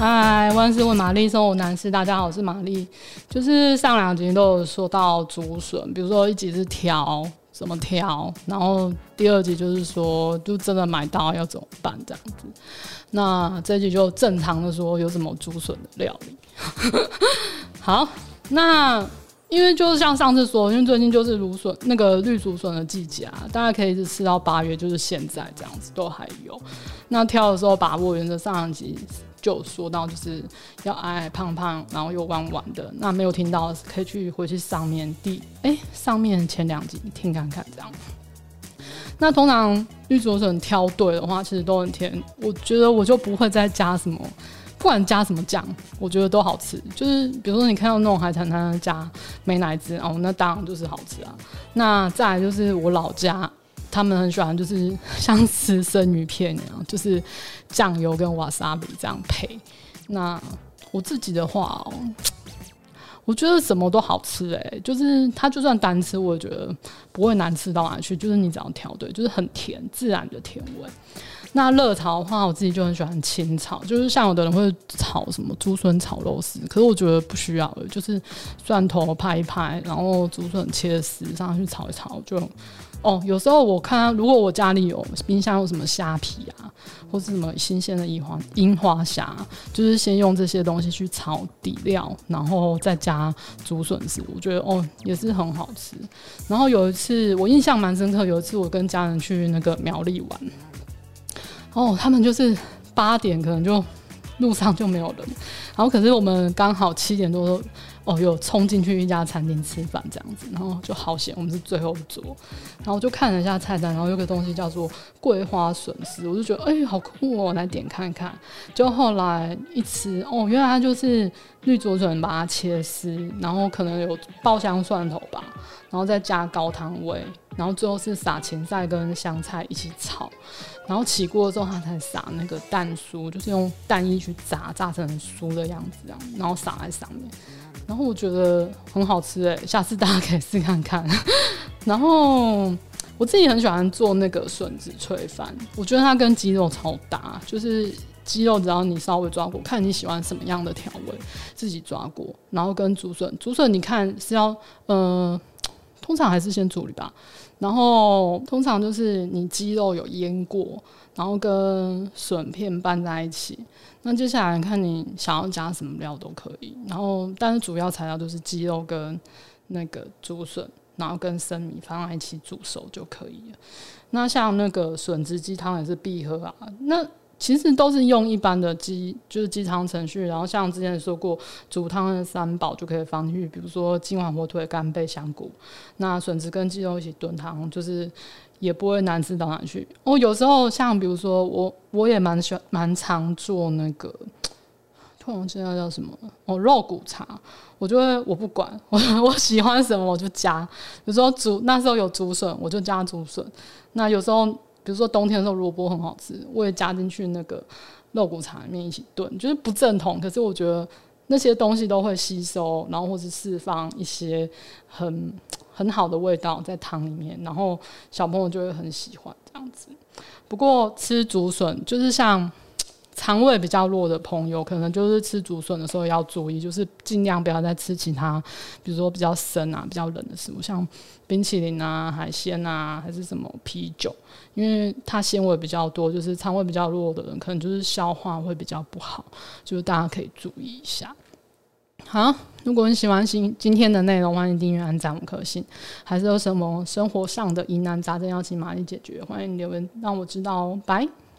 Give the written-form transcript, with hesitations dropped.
嗨，万事问玛丽，生活男士，大家好，我是玛丽。就是上2集都有说到竹笋，比如说一集是挑怎么挑，然后第2集就是说，就真的买到要怎么办这样子。那这一集就正常的说有什么竹笋的料理。好，那因为就是像上次说，因为最近就是那个绿竹笋的季节啊，大家可以一直吃到8月，就是现在这样子都还有。那挑的时候把握原则，上2集就有说到，就是要矮矮胖胖，然后又弯弯的。那没有听到的可以回去上面上面前2集听看看这样。那通常绿竹笋挑对的话，其实都很甜。我觉得我就不会再加什么。不管加什么酱，我觉得都好吃。就是比如说你看到那种海产摊加美乃滋哦，那当然就是好吃啊。那再来就是我老家，他们很喜欢就是像吃生鱼片那样，就是酱油跟瓦萨比这样配。那我自己的话我觉得什么都好吃就是它就算单吃，我也觉得不会难吃到哪去。就是你只要调对，就是很甜，自然的甜味。那热炒的话，我自己就很喜欢清炒，就是像有的人会炒什么竹笋炒肉丝，可是我觉得不需要的，就是蒜头拍一拍，然后竹笋切丝上去炒一炒就。有时候我看，如果我家里有冰箱有什么虾皮啊，或是什么新鲜的樱花虾，就是先用这些东西去炒底料，然后再加竹笋丝，我觉得也是很好吃。然后有一次我印象蛮深刻，有一次我跟家人去那个苗栗玩，他们就是8点可能就路上就没有人，然后可是我们刚好7点多有冲进去一家餐厅吃饭这样子，然后就好险我们是最后一桌，然后就看了一下菜单，然后有个东西叫做桂花笋丝，我就觉得好酷哦，来点看看。就后来一吃原来它就是绿竹笋把它切丝，然后可能有爆香蒜头吧，然后再加高汤味，然后最后是撒芹菜跟香菜一起炒，然后起锅之后它才撒那个蛋酥，就是用蛋液去炸成酥的样子这样，然后撒在上面。然后我觉得很好吃下次大家可以试看看。然后我自己很喜欢做那个笋子炊饭，我觉得它跟鸡肉超搭，就是鸡肉只要你稍微抓过，看你喜欢什么样的调味，自己抓过，然后跟竹笋你看是要通常还是先处理吧，然后通常就是你鸡肉有腌过，然后跟笋片拌在一起。那接下来看你想要加什么料都可以，然后但是主要材料就是鸡肉跟那个竹笋，然后跟生米放在一起煮熟就可以了。那像那个笋子鸡汤也是必喝啊，那其实都是用一般的就是鸡汤程序，然后像之前说过煮汤的3宝就可以放进去，比如说金丸、火腿、干贝、香菇，那笋子跟鸡肉一起炖汤，就是也不会难吃到哪去。有时候像比如说我也蛮常做那个，突然忘记那叫什么了肉骨茶，我不管我喜欢什么我就加，比如说那时候有竹笋我就加竹笋，那有时候比如说冬天的时候萝卜很好吃，我也加进去那个肉骨茶里面一起炖，就是不正统，可是我觉得那些东西都会吸收，然后或是释放一些很好的味道在汤里面，然后小朋友就会很喜欢这样子。不过吃竹笋就是像肠胃比较弱的朋友，可能就是吃竹笋的时候要注意，就是尽量不要再吃其他，比如说比较生啊、比较冷的食物，像冰淇淋啊、海鲜啊，还是什么啤酒，因为它纤维比较多，就是肠胃比较弱的人，可能就是消化会比较不好，就是大家可以注意一下。好，如果你喜欢今天的内容，欢迎订阅、按赞5颗星。还是有什么生活上的疑难杂症要请玛丽解决，欢迎留言让我知道哦。拜。